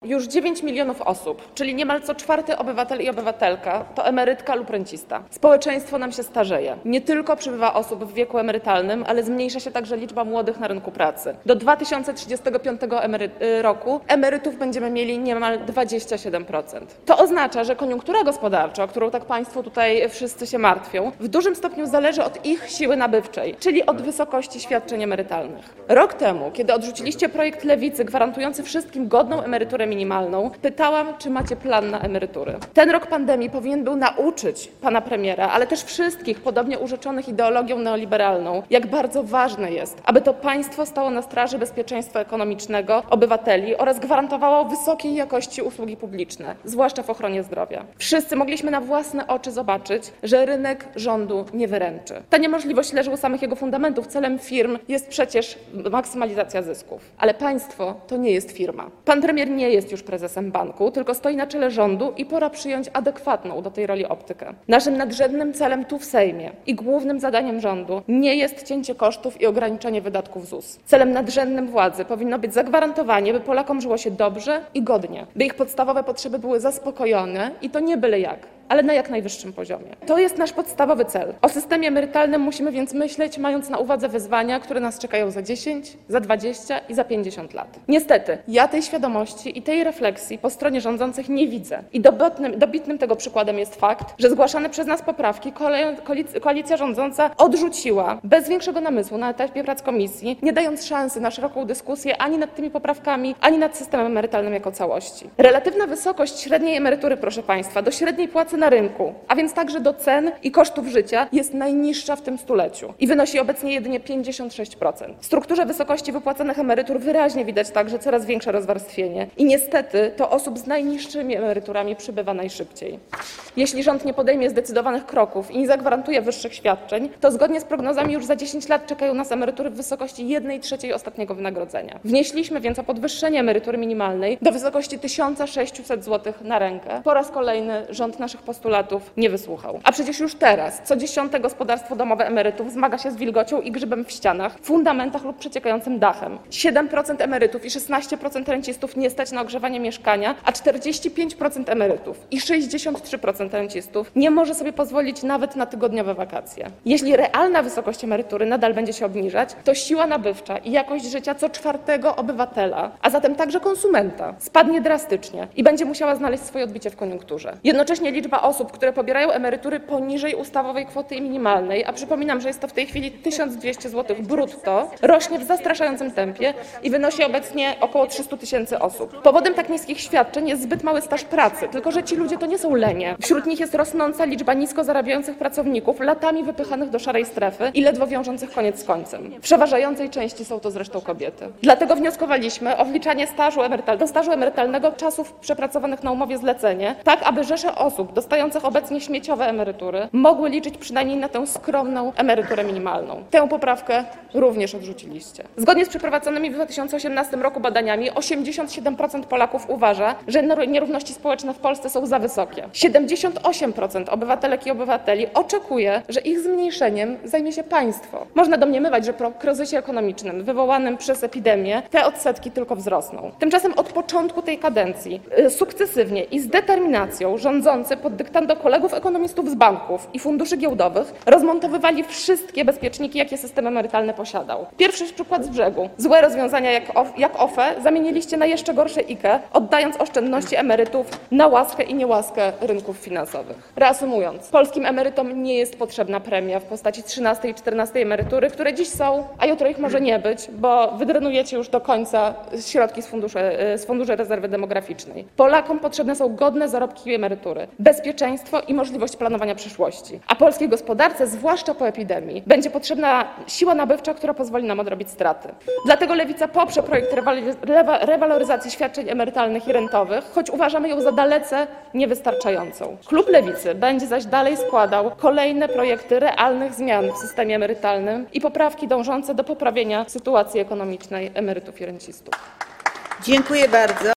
Już 9 milionów osób, czyli niemal co czwarty obywatel i obywatelka, to emerytka lub rencista. Społeczeństwo nam się starzeje. Nie tylko przybywa osób w wieku emerytalnym, ale zmniejsza się także liczba młodych na rynku pracy. Do 2035 roku emerytów będziemy mieli niemal 27%. To oznacza, że koniunktura gospodarcza, o którą tak Państwo tutaj wszyscy się martwią, w dużym stopniu zależy od ich siły nabywczej, czyli od wysokości świadczeń emerytalnych. Rok temu, kiedy odrzuciliście projekt Lewicy gwarantujący wszystkim godną emeryturę minimalną, pytałam, czy macie plan na emerytury. Ten rok pandemii powinien był nauczyć pana premiera, ale też wszystkich podobnie urzeczonych ideologią neoliberalną, jak bardzo ważne jest, aby to państwo stało na straży bezpieczeństwa ekonomicznego obywateli oraz gwarantowało wysokiej jakości usługi publiczne, zwłaszcza w ochronie zdrowia. Wszyscy mogliśmy na własne oczy zobaczyć, że rynek rządu nie wyręczy. Ta niemożliwość leży u samych jego fundamentów. Celem firm jest przecież maksymalizacja zysków. Ale państwo to nie jest firma. Pan premier nie jest już prezesem banku, tylko stoi na czele rządu i pora przyjąć adekwatną do tej roli optykę. Naszym nadrzędnym celem tu w Sejmie i głównym zadaniem rządu nie jest cięcie kosztów i ograniczenie wydatków ZUS. Celem nadrzędnym władzy powinno być zagwarantowanie, by Polakom żyło się dobrze i godnie, by ich podstawowe potrzeby były zaspokojone i to nie byle jak, ale na jak najwyższym poziomie. To jest nasz podstawowy cel. O systemie emerytalnym musimy więc myśleć, mając na uwadze wyzwania, które nas czekają za 10, za 20 i za 50 lat. Niestety, ja tej świadomości i tej refleksji po stronie rządzących nie widzę. I dobitnym tego przykładem jest fakt, że zgłaszane przez nas poprawki koalicja rządząca odrzuciła bez większego namysłu na etapie prac komisji, nie dając szansy na szeroką dyskusję ani nad tymi poprawkami, ani nad systemem emerytalnym jako całości. Relatywna wysokość średniej emerytury, proszę Państwa, do średniej płacy na rynku, a więc także do cen i kosztów życia, jest najniższa w tym stuleciu i wynosi obecnie jedynie 56%. W strukturze wysokości wypłacanych emerytur wyraźnie widać także coraz większe rozwarstwienie i niestety to osób z najniższymi emeryturami przybywa najszybciej. Jeśli rząd nie podejmie zdecydowanych kroków i nie zagwarantuje wyższych świadczeń, to zgodnie z prognozami już za 10 lat czekają nas emerytury w wysokości 1/3 ostatniego wynagrodzenia. Wnieśliśmy więc o podwyższenie emerytury minimalnej do wysokości 1600 zł na rękę. Po raz kolejny rząd naszych postulatów nie wysłuchał. A przecież już teraz co 10. gospodarstwo domowe emerytów zmaga się z wilgocią i grzybem w ścianach, fundamentach lub przeciekającym dachem. 7% emerytów i 16% rencistów nie stać na ogrzewanie mieszkania, a 45% emerytów i 63% rencistów nie może sobie pozwolić nawet na tygodniowe wakacje. Jeśli realna wysokość emerytury nadal będzie się obniżać, to siła nabywcza i jakość życia co czwartego obywatela, a zatem także konsumenta, spadnie drastycznie i będzie musiała znaleźć swoje odbicie w koniunkturze. Jednocześnie liczba osób, które pobierają emerytury poniżej ustawowej kwoty minimalnej, a przypominam, że jest to w tej chwili 1200 zł brutto, rośnie w zastraszającym tempie i wynosi obecnie około 300 000 osób. Powodem tak niskich świadczeń jest zbyt mały staż pracy, tylko że ci ludzie to nie są lenie. Wśród nich jest rosnąca liczba nisko zarabiających pracowników, latami wypychanych do szarej strefy i ledwo wiążących koniec z końcem. W przeważającej części są to zresztą kobiety. Dlatego wnioskowaliśmy o wliczanie do stażu emerytalnego czasów przepracowanych na umowie zlecenie, tak aby rzesze osób dostających obecnie śmieciowe emerytury mogły liczyć przynajmniej na tę skromną emeryturę minimalną. Tę poprawkę również odrzuciliście. Zgodnie z przeprowadzonymi w 2018 roku badaniami 87% Polaków uważa, że nierówności społeczne w Polsce są za wysokie. 78% obywatelek i obywateli oczekuje, że ich zmniejszeniem zajmie się państwo. Można domniemywać, że po kryzysie ekonomicznym wywołanym przez epidemię te odsetki tylko wzrosną. Tymczasem od początku tej kadencji sukcesywnie i z determinacją rządzący pod dyktando kolegów ekonomistów z banków i funduszy giełdowych rozmontowywali wszystkie bezpieczniki, jakie system emerytalny posiadał. Pierwszy przykład z brzegu. Złe rozwiązania jak OFE zamieniliście na jeszcze gorsze IKE, oddając oszczędności emerytów na łaskę i niełaskę rynków finansowych. Reasumując, polskim emerytom nie jest potrzebna premia w postaci 13. i 14. emerytury, które dziś są, a jutro ich może nie być, bo wydrenujecie już do końca środki z Funduszu Rezerwy Demograficznej. Polakom potrzebne są godne zarobki i emerytury, bezpieczeństwo i możliwość planowania przyszłości. A polskiej gospodarce, zwłaszcza po epidemii, będzie potrzebna siła nabywcza, która pozwoli nam odrobić straty. Dlatego Lewica poprze projekt rewaloryzacji świadczeń emerytalnych i rentowych, choć uważamy ją za dalece niewystarczającą. Klub Lewicy będzie zaś dalej składał kolejne projekty realnych zmian w systemie emerytalnym i poprawki dążące do poprawienia sytuacji ekonomicznej emerytów i rencistów. Dziękuję bardzo.